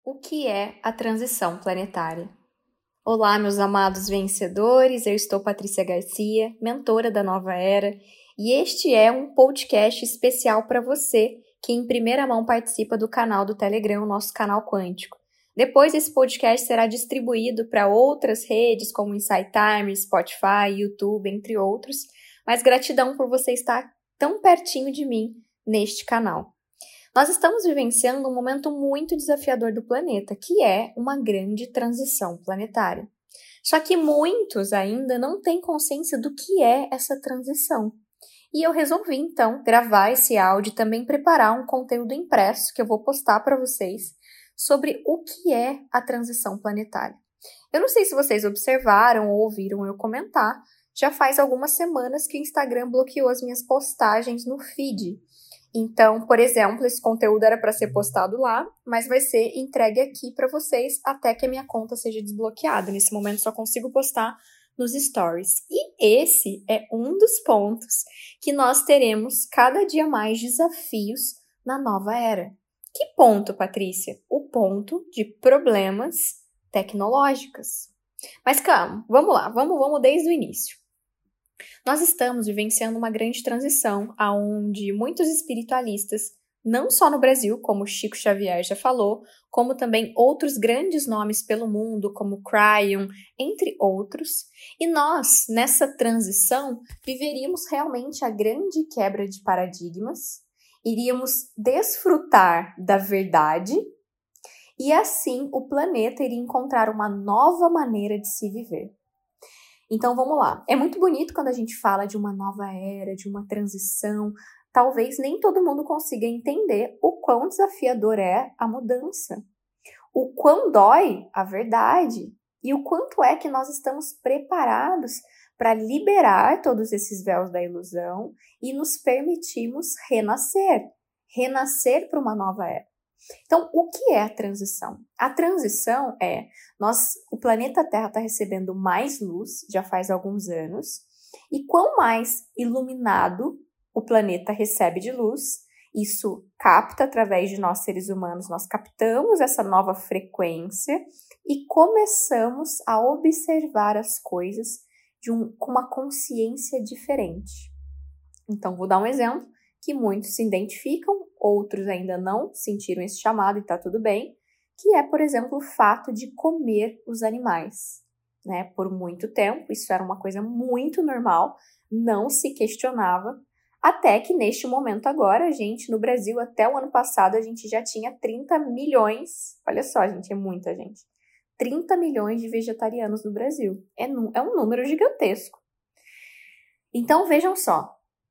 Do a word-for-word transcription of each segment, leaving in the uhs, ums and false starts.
O que é a transição planetária? Olá, meus amados vencedores, eu estou Patrícia Garcia, mentora da Nova Era, e este é um podcast especial para você que em primeira mão participa do canal do Telegram, nosso canal quântico. Depois esse podcast será distribuído para outras redes como Insight Times, Spotify, YouTube, entre outros, mas gratidão por você estar tão pertinho de mim neste canal. Nós estamos vivenciando um momento muito desafiador do planeta, que é uma grande transição planetária. Só que muitos ainda não têm consciência do que é essa transição. E eu resolvi, então, gravar esse áudio e também preparar um conteúdo impresso que eu vou postar para vocês sobre o que é a transição planetária. Eu não sei se vocês observaram ou ouviram eu comentar, já faz algumas semanas que o Instagram bloqueou as minhas postagens no feed. Então, por exemplo, esse conteúdo era para ser postado lá, mas vai ser entregue aqui para vocês até que a minha conta seja desbloqueada. Nesse momento só consigo postar nos stories. E esse é um dos pontos que nós teremos cada dia mais desafios na nova era. Que ponto, Patrícia? O ponto de problemas tecnológicos. Mas calma, vamos lá, vamos, vamos desde o início. Nós estamos vivenciando uma grande transição, onde muitos espiritualistas, não só no Brasil, como Chico Xavier já falou, como também outros grandes nomes pelo mundo, como Cryon, entre outros, e nós, nessa transição, viveríamos realmente a grande quebra de paradigmas, iríamos desfrutar da verdade, e assim o planeta iria encontrar uma nova maneira de se viver. Então, vamos lá. É muito bonito quando a gente fala de uma nova era, de uma transição. Talvez nem todo mundo consiga entender o quão desafiador é a mudança. O quão dói a verdade. E o quanto é que nós estamos preparados para liberar todos esses véus da ilusão e nos permitirmos renascer. Renascer para uma nova era. Então, o que é a transição? A transição é, nós, o planeta Terra está recebendo mais luz, já faz alguns anos, e quanto mais iluminado o planeta recebe de luz, isso capta através de nós seres humanos, nós captamos essa nova frequência e começamos a observar as coisas de um, com uma consciência diferente. Então, vou dar um exemplo que muitos se identificam, outros ainda não sentiram esse chamado e está tudo bem, que é, por exemplo, o fato de comer os animais. Né? Por muito tempo, isso era uma coisa muito normal, não se questionava, até que neste momento agora, a gente, no Brasil, até o ano passado, a gente já tinha trinta milhões, olha só, gente, é muita gente, trinta milhões de vegetarianos no Brasil. É, é um número gigantesco. Então, vejam só,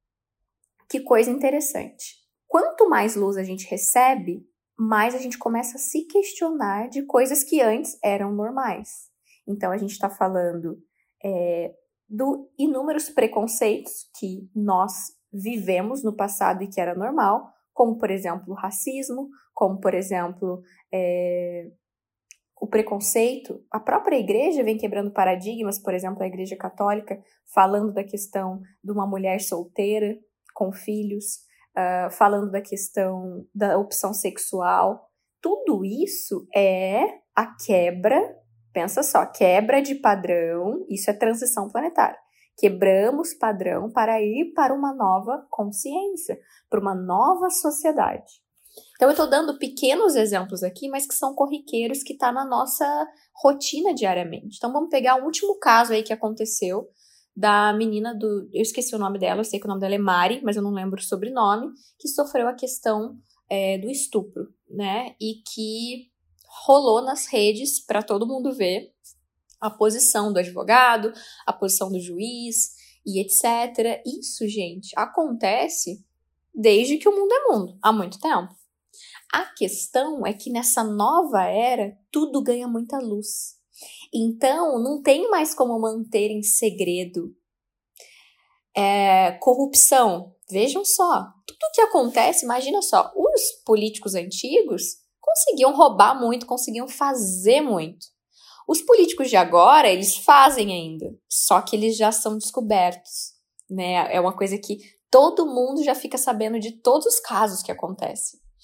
que coisa interessante. Quanto mais luz a gente recebe, mais a gente começa a se questionar de coisas que antes eram normais. Então, a gente está falando é, do inúmeros preconceitos que nós vivemos no passado e que era normal, como, por exemplo, o racismo, como, por exemplo, é, o preconceito. A própria igreja vem quebrando paradigmas, por exemplo, a igreja católica, falando da questão de uma mulher solteira, com filhos, uh, falando da questão da opção sexual. Tudo isso é a quebra, pensa só, quebra de padrão, isso é transição planetária. Quebramos padrão para ir para uma nova consciência, para uma nova sociedade. Então, eu estou dando pequenos exemplos aqui, mas que são corriqueiros, que está na nossa rotina diariamente. Então, vamos pegar o último caso aí que aconteceu, da menina do... Eu esqueci o nome dela, eu sei que o nome dela é Mari, mas eu não lembro o sobrenome, que sofreu a questão é, do estupro, né? E que rolou nas redes para todo mundo ver a posição do advogado, a posição do juiz e etcétera. Isso, gente, acontece desde que o mundo é mundo, há muito tempo. A questão é que nessa nova era, tudo ganha muita luz. Então, não tem mais como manter em segredo. É, corrupção, vejam só, tudo que acontece, imagina só, os políticos antigos conseguiam roubar muito, conseguiam fazer muito. Os políticos de agora, eles fazem ainda, só que eles já são descobertos, né? É uma coisa que todo mundo já fica sabendo de todos os casos que acontecem.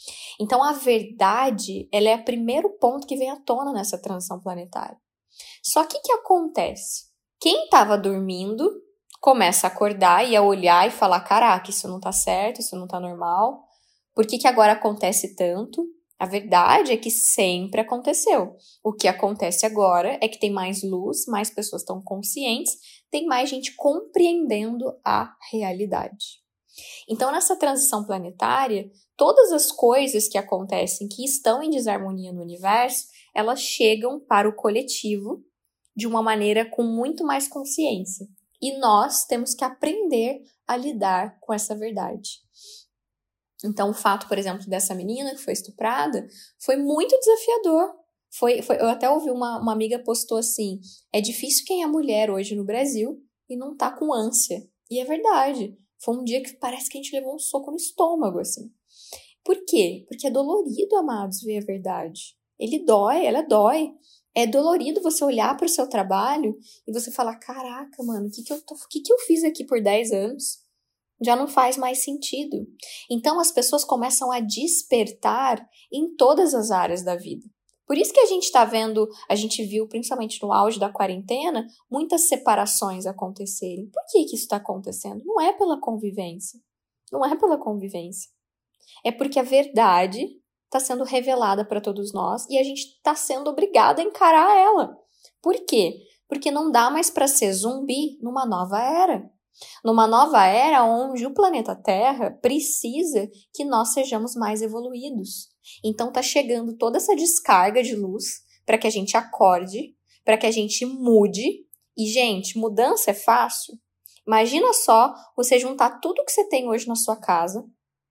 Então, a verdade, ela é o primeiro ponto que vem à tona nessa transição planetária. Só que o que acontece? Quem estava dormindo começa a acordar e a olhar e falar, caraca, isso não tá certo, isso não tá normal. Por que que agora acontece tanto? A verdade é que sempre aconteceu. O que acontece agora é que tem mais luz, mais pessoas estão conscientes, tem mais gente compreendendo a realidade. Então, nessa transição planetária, todas as coisas que acontecem, que estão em desarmonia no universo, elas chegam para o coletivo de uma maneira com muito mais consciência. E nós temos que aprender a lidar com essa verdade. Então, o fato, por exemplo, dessa menina que foi estuprada foi muito desafiador. Foi, foi, eu até ouvi uma, uma amiga postou assim, é difícil quem é mulher hoje no Brasil e não tá com ânsia. E é verdade. Foi um dia que parece que a gente levou um soco no estômago, assim. Por quê? Porque é dolorido, amados, ver a verdade. Ele dói, ela dói. É dolorido você olhar para o seu trabalho e você falar, caraca, mano, o que que eu, tô, que que eu fiz aqui por dez anos? Já não faz mais sentido. Então, as pessoas começam a despertar em todas as áreas da vida. Por isso que a gente está vendo, a gente viu, principalmente no auge da quarentena, muitas separações acontecerem. Por que que isso está acontecendo? Não é pela convivência. Não é pela convivência. É porque a verdade está sendo revelada para todos nós e a gente está sendo obrigado a encarar ela. Por quê? Porque não dá mais para ser zumbi numa nova era. Numa nova era onde o planeta Terra precisa que nós sejamos mais evoluídos. Então tá chegando toda essa descarga de luz para que a gente acorde, para que a gente mude. E, gente, mudança é fácil. Imagina só você juntar tudo que você tem hoje na sua casa,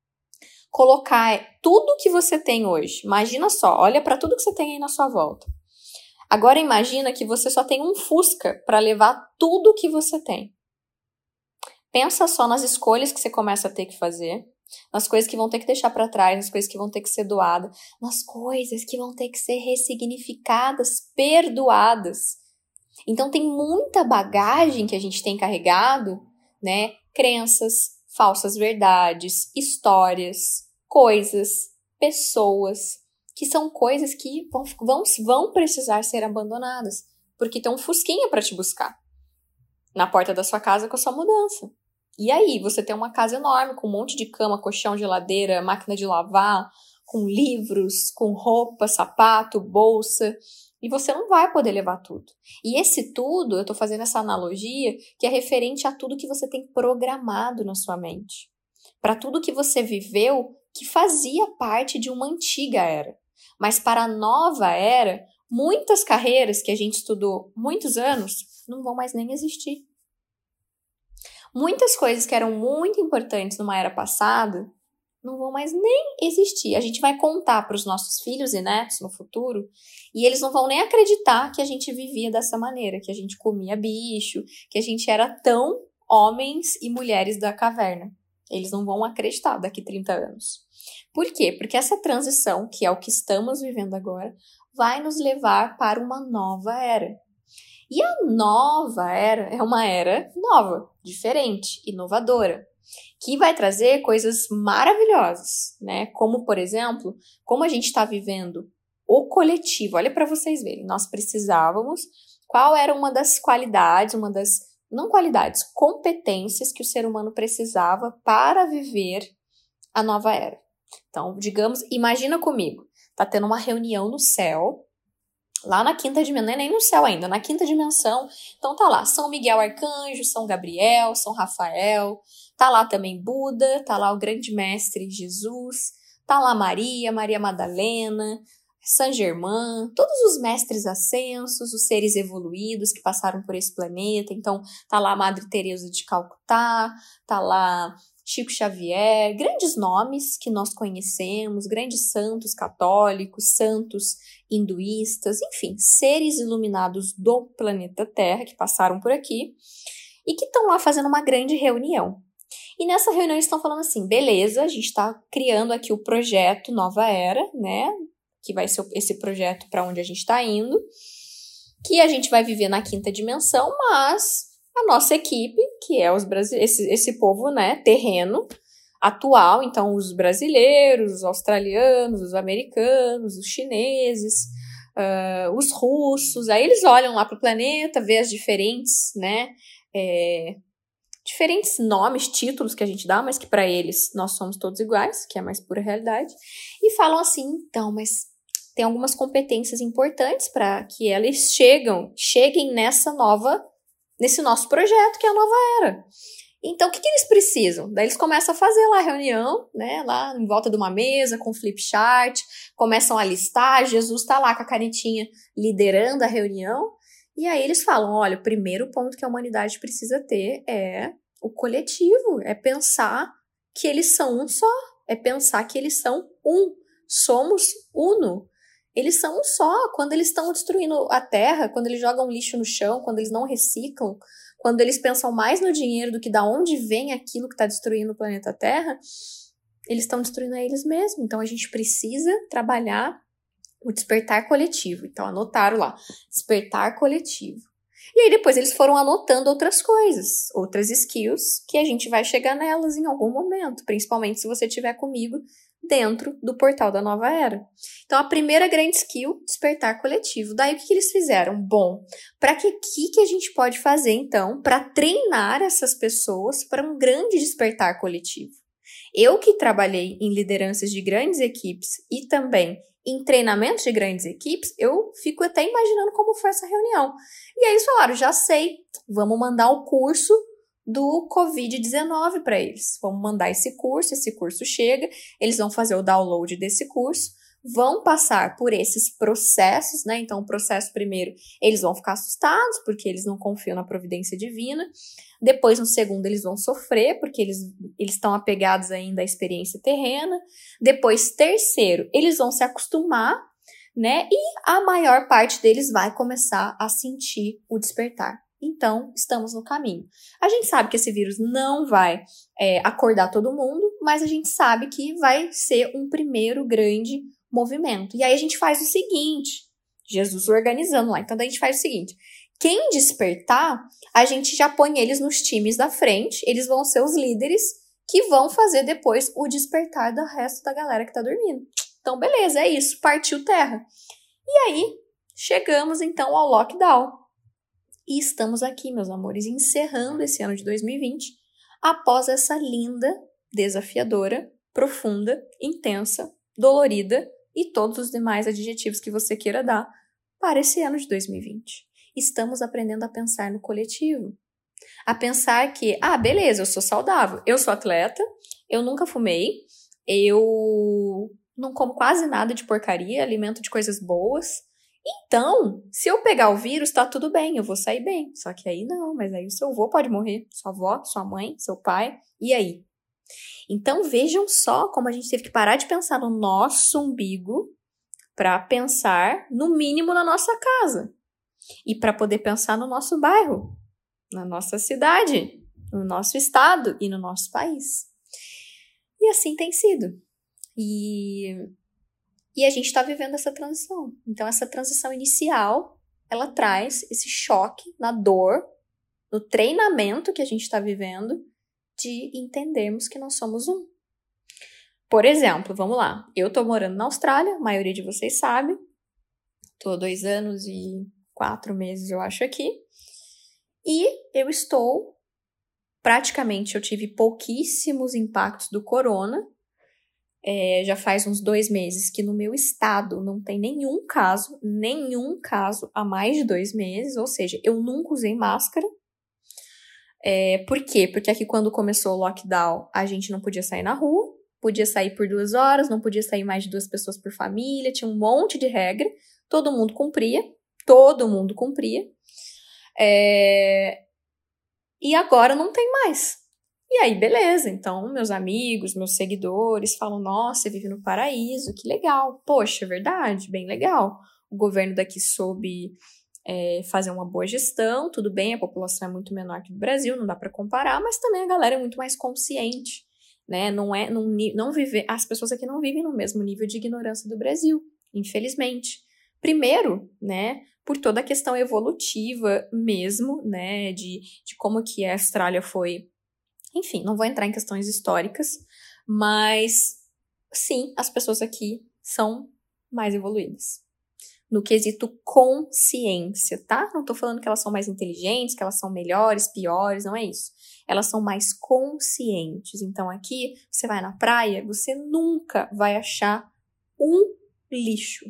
colocar tudo que você tem hoje. Imagina só, olha para tudo que você tem aí na sua volta. Agora imagina que você só tem um Fusca para levar tudo que você tem. Pensa só nas escolhas que você começa a ter que fazer, nas coisas que vão ter que deixar para trás, nas coisas que vão ter que ser doadas, nas coisas que vão ter que ser ressignificadas, perdoadas. Então tem muita bagagem que a gente tem carregado, né? Crenças, falsas verdades, histórias, coisas, pessoas, que são coisas que vão, vão, vão precisar ser abandonadas, porque tem um fusquinha para te buscar na porta da sua casa com a sua mudança. E aí, você tem uma casa enorme, com um monte de cama, colchão, geladeira, máquina de lavar, com livros, com roupa, sapato, bolsa, e você não vai poder levar tudo. E esse tudo, eu tô fazendo essa analogia, que é referente a tudo que você tem programado na sua mente. Para tudo que você viveu, que fazia parte de uma antiga era. Mas para a nova era, muitas carreiras que a gente estudou muitos anos não vão mais nem existir. Muitas coisas que eram muito importantes numa era passada não vão mais nem existir. A gente vai contar para os nossos filhos e netos no futuro e eles não vão nem acreditar que a gente vivia dessa maneira, que a gente comia bicho, que a gente era tão homens e mulheres da caverna. Eles não vão acreditar daqui a trinta anos. Por quê? Porque essa transição, que é o que estamos vivendo agora, vai nos levar para uma nova era. E a nova era é uma era nova, diferente, inovadora, que vai trazer coisas maravilhosas, né? Como, por exemplo, como a gente está vivendo o coletivo. Olha para vocês verem, nós precisávamos, qual era uma das qualidades, uma das, não qualidades, competências que o ser humano precisava para viver a nova era. Então, digamos, imagina comigo, tá tendo uma reunião no céu, lá na quinta dimensão, não é nem no céu ainda, na quinta dimensão. Então tá lá São Miguel Arcanjo, São Gabriel, São Rafael, tá lá também Buda, tá lá o grande mestre Jesus, tá lá Maria, Maria Madalena, Saint Germain, todos os mestres ascensos, os seres evoluídos que passaram por esse planeta. Então tá lá a Madre Teresa de Calcutá, tá lá Chico Xavier, grandes nomes que nós conhecemos, grandes santos católicos, santos hinduístas, enfim, seres iluminados do planeta Terra que passaram por aqui e que estão lá fazendo uma grande reunião. E nessa reunião eles estão falando assim, beleza, a gente está criando aqui o projeto Nova Era, né, que vai ser esse projeto para onde a gente está indo, que a gente vai viver na quinta dimensão, mas a nossa equipe, que é os brasile- esse, esse povo, né, terreno, atual, então os brasileiros, os australianos, os americanos, os chineses, uh, os russos, aí eles olham lá para o planeta, vê as diferentes, né, é, diferentes nomes, títulos que a gente dá, mas que para eles nós somos todos iguais, que é a mais pura realidade, e falam assim, então, mas tem algumas competências importantes para que eles chegam, cheguem nessa nova, nesse nosso projeto que é a nova era. Então, o que, que eles precisam? Daí eles começam a fazer lá a reunião, né, lá em volta de uma mesa, com flip chart, começam a listar, Jesus está lá com a canetinha liderando a reunião, e aí eles falam, olha, o primeiro ponto que a humanidade precisa ter é o coletivo, é pensar que eles são um só, é pensar que eles são um, somos uno. Eles são um só. Quando eles estão destruindo a terra, quando eles jogam lixo no chão, quando eles não reciclam, quando eles pensam mais no dinheiro do que da onde vem aquilo que está destruindo o planeta Terra, eles estão destruindo a eles mesmos. Então a gente precisa trabalhar o despertar coletivo. Então anotaram lá, despertar coletivo. E aí depois eles foram anotando outras coisas, outras skills, que a gente vai chegar nelas em algum momento, principalmente se você estiver comigo dentro do portal da nova era. Então, a primeira grande skill, despertar coletivo. Daí, o que, que eles fizeram? Bom, para que, que que a gente pode fazer, então, para treinar essas pessoas para um grande despertar coletivo? Eu que trabalhei em lideranças de grandes equipes e também em treinamentos de grandes equipes, eu fico até imaginando como foi essa reunião. E aí eles falaram, já sei, vamos mandar o curso do covid dezenove para eles. Vamos mandar esse curso, esse curso chega, eles vão fazer o download desse curso, vão passar por esses processos, né? Então, o processo primeiro, eles vão ficar assustados, porque eles não confiam na providência divina. Depois, no segundo, eles vão sofrer, porque eles eles estão apegados ainda à experiência terrena. Depois, terceiro, eles vão se acostumar, né? E a maior parte deles vai começar a sentir o despertar. Então, estamos no caminho. A gente sabe que esse vírus não vai é, acordar todo mundo, mas a gente sabe que vai ser um primeiro grande movimento. E aí a gente faz o seguinte, Jesus organizando lá. Então, daí a gente faz o seguinte, quem despertar, a gente já põe eles nos times da frente, eles vão ser os líderes que vão fazer depois o despertar do resto da galera que tá dormindo. Então, beleza, é isso, partiu terra. E aí, chegamos então ao lockdown. E estamos aqui, meus amores, encerrando esse ano de dois mil e vinte, após essa linda, desafiadora, profunda, intensa, dolorida e todos os demais adjetivos que você queira dar para esse ano de dois mil e vinte. Estamos aprendendo a pensar no coletivo. A pensar que, ah, beleza, eu sou saudável, eu sou atleta, eu nunca fumei, eu não como quase nada de porcaria, alimento de coisas boas. Então, se eu pegar o vírus, tá tudo bem, eu vou sair bem. Só que aí não, mas aí o seu avô pode morrer, sua avó, sua mãe, seu pai, e aí? Então, vejam só como a gente teve que parar de pensar no nosso umbigo para pensar, no mínimo, na nossa casa. E para poder pensar no nosso bairro, na nossa cidade, no nosso estado e no nosso país. E assim tem sido. E... E a gente está vivendo essa transição. Então, essa transição inicial, ela traz esse choque na dor, no treinamento que a gente está vivendo, de entendermos que nós somos um. Por exemplo, vamos lá. Eu estou morando na Austrália, a maioria de vocês sabe. Estou há dois anos e quatro meses, eu acho, aqui. E eu estou, praticamente, eu tive pouquíssimos impactos do corona. É, já faz uns dois meses que no meu estado não tem nenhum caso, nenhum caso há mais de dois meses, ou seja, eu nunca usei máscara. É, por quê? Porque aqui quando começou o lockdown, a gente não podia sair na rua, podia sair por duas horas, não podia sair mais de duas pessoas por família, tinha um monte de regra, todo mundo cumpria, todo mundo cumpria. É, e agora não tem mais. E aí, beleza, então meus amigos, meus seguidores falam, nossa, você vive no paraíso, que legal. Poxa, é verdade, bem legal. O governo daqui soube é, fazer uma boa gestão, tudo bem, a população é muito menor que do Brasil, não dá para comparar, mas também a galera é muito mais consciente, né? Não é, não, não vive, as pessoas aqui não vivem no mesmo nível de ignorância do Brasil, infelizmente. Primeiro, né, por toda a questão evolutiva mesmo, né, de, de como que a Austrália foi. Enfim, não vou entrar em questões históricas, Mas, sim, as pessoas aqui são mais evoluídas. No quesito consciência, tá? Não tô falando que elas são mais inteligentes, que elas são melhores, piores, não é isso. Elas são mais conscientes. Então aqui, você vai na praia, você nunca vai achar um lixo.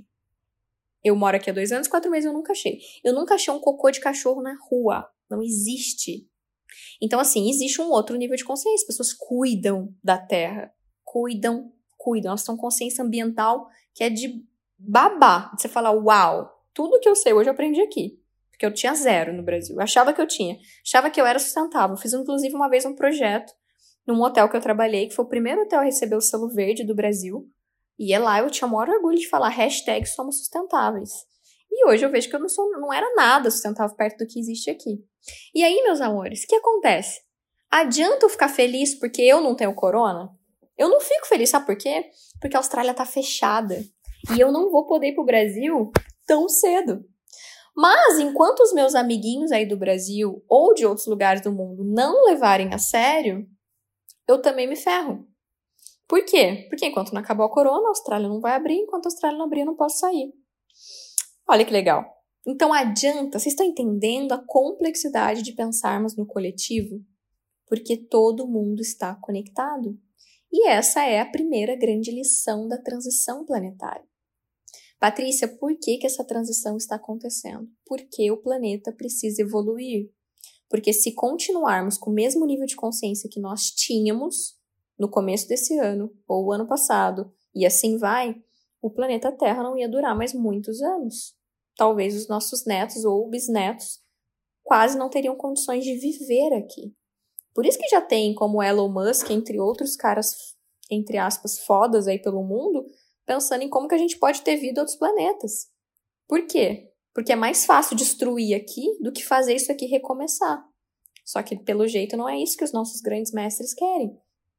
Eu moro aqui há dois anos, quatro meses, eu nunca achei. Eu nunca achei um cocô de cachorro na rua. Não existe. Então, assim, existe um outro nível de consciência. As pessoas cuidam da terra. Cuidam, cuidam. Elas têm consciência ambiental que é de babá. Você fala, uau, tudo que eu sei hoje eu aprendi aqui. Porque eu tinha zero no Brasil. Eu achava que eu tinha. Achava que eu era sustentável. Fiz, inclusive, uma vez um projeto num hotel que eu trabalhei, que foi o primeiro hotel a receber o selo verde do Brasil. E é lá eu tinha o maior orgulho de falar hashtag somos sustentáveis. E hoje eu vejo que eu não, sou, não era nada sustentável perto do que existe aqui. E aí, meus amores, o que acontece? Adianta eu ficar feliz porque eu não tenho corona? Eu não fico feliz, sabe por quê? Porque a Austrália tá fechada. E eu não vou poder ir pro Brasil tão cedo. Mas, enquanto os meus amiguinhos aí do Brasil ou de outros lugares do mundo não levarem a sério, eu também me ferro. Por quê? Porque enquanto não acabar a corona, a Austrália não vai abrir. Enquanto a Austrália não abrir, eu não posso sair. Olha que legal. Então, adianta, vocês estão entendendo a complexidade de pensarmos no coletivo? Porque todo mundo está conectado. E essa é a primeira grande lição da transição planetária. Patrícia, por que que essa transição está acontecendo? Porque o planeta precisa evoluir. Porque se continuarmos com o mesmo nível de consciência que nós tínhamos no começo desse ano, ou o ano passado, e assim vai, o planeta Terra não ia durar mais muitos anos. Talvez os nossos netos ou bisnetos quase não teriam condições de viver aqui. Por isso que já tem como Elon Musk, entre outros caras, entre aspas, fodas aí pelo mundo, pensando em como que a gente pode ter vida em outros planetas. Por quê? Porque é mais fácil destruir aqui do que fazer isso aqui recomeçar. Só que, pelo jeito, não é isso que os nossos grandes mestres querem.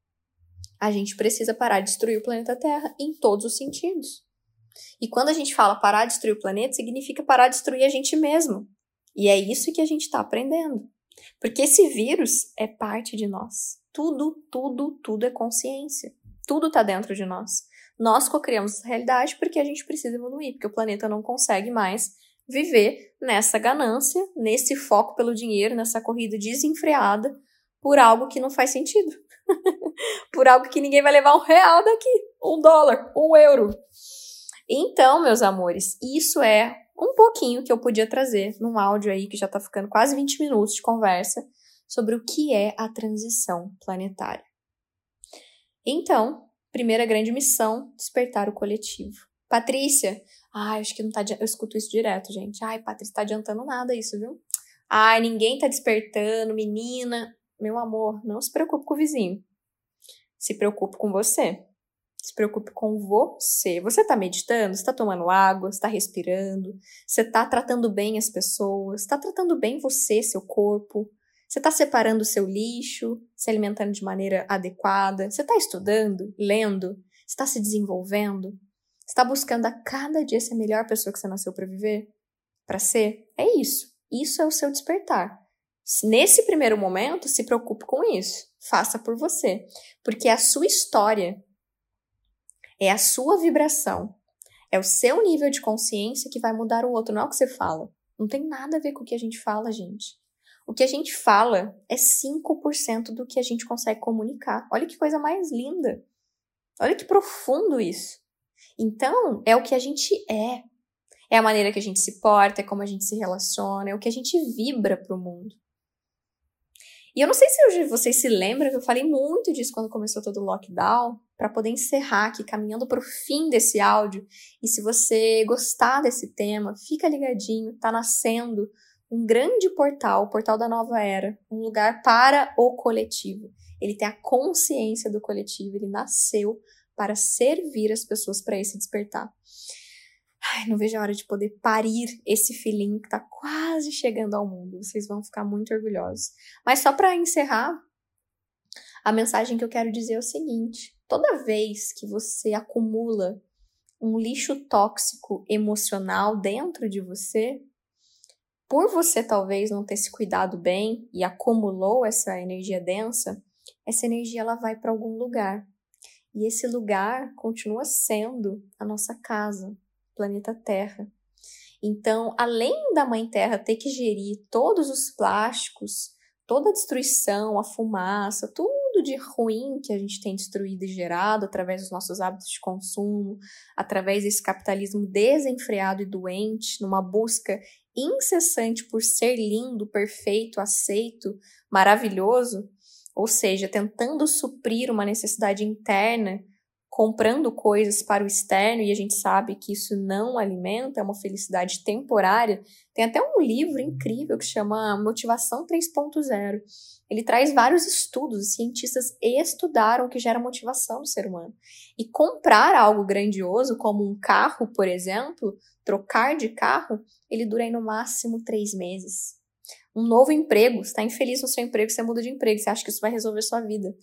A gente precisa parar de destruir o planeta Terra em todos os sentidos. E quando a gente fala parar de destruir o planeta, significa parar de destruir a gente mesmo. E é isso que a gente está aprendendo. Porque esse vírus é parte de nós. Tudo, tudo, tudo é consciência. Tudo está dentro de nós. Nós cocriamos essa realidade porque a gente precisa evoluir, porque o planeta não consegue mais viver nessa ganância, nesse foco pelo dinheiro, nessa corrida desenfreada por algo que não faz sentido. Por algo que ninguém vai levar um real daqui, um dólar, um euro. Então, meus amores, isso é um pouquinho que eu podia trazer num áudio aí que já tá ficando quase vinte minutos de conversa sobre o que é a transição planetária. Então, primeira grande missão, despertar o coletivo. Patrícia, ai, acho que não tá, eu escuto isso direto, gente. Ai, Patrícia, tá adiantando nada isso, viu? Ai, ninguém tá despertando, menina. Meu amor, não se preocupe com o vizinho. Se preocupe com você. Se preocupe com você. Você tá meditando? Você tá tomando água? Você tá respirando? Você tá tratando bem as pessoas? Você tá tratando bem você, seu corpo? Você tá separando o seu lixo? Se alimentando de maneira adequada? Você tá estudando? Lendo? Você tá se desenvolvendo? Você tá buscando a cada dia ser a melhor pessoa que você nasceu pra viver? Pra ser? É isso. Isso é o seu despertar. Nesse primeiro momento, se preocupe com isso. Faça por você. Porque é a sua história, é a sua vibração, é o seu nível de consciência que vai mudar o outro. Não é o que você fala. Não tem nada a ver com o que a gente fala, gente. O que a gente fala é cinco por cento do que a gente consegue comunicar. Olha que coisa mais linda. Olha que profundo isso. Então, é o que a gente é. É a maneira que a gente se porta, é como a gente se relaciona, é o que a gente vibra pro mundo. E eu não sei se hoje vocês se lembram que eu falei muito disso quando começou todo o lockdown, para poder encerrar aqui, caminhando para o fim desse áudio. E se você gostar desse tema, fica ligadinho, tá nascendo um grande portal, o portal da nova era, um lugar para o coletivo. Ele tem a consciência do coletivo, ele nasceu para servir as pessoas para esse despertar. Ai, não vejo a hora de poder parir esse filhinho que tá quase chegando ao mundo. Vocês vão ficar muito orgulhosos. Mas só para encerrar, a mensagem que eu quero dizer é o seguinte. Toda vez que você acumula um lixo tóxico emocional dentro de você, por você talvez não ter se cuidado bem e acumulou essa energia densa, essa energia ela vai para algum lugar. E esse lugar continua sendo a nossa casa, o planeta Terra. Então, além da Mãe Terra ter que gerir todos os plásticos, toda a destruição, a fumaça, tudo de ruim que a gente tem destruído e gerado através dos nossos hábitos de consumo, através desse capitalismo desenfreado e doente, numa busca incessante por ser lindo, perfeito, aceito, maravilhoso, ou seja, tentando suprir uma necessidade interna, comprando coisas para o externo, e a gente sabe que isso não alimenta, é uma felicidade temporária. Tem até um livro incrível que chama Motivação três ponto zero. Ele traz vários estudos, os cientistas estudaram o que gera motivação no ser humano. E comprar algo grandioso, como um carro, por exemplo, trocar de carro, ele dura aí no máximo três meses. Um novo emprego, você está infeliz no seu emprego, você muda de emprego, você acha que isso vai resolver sua vida.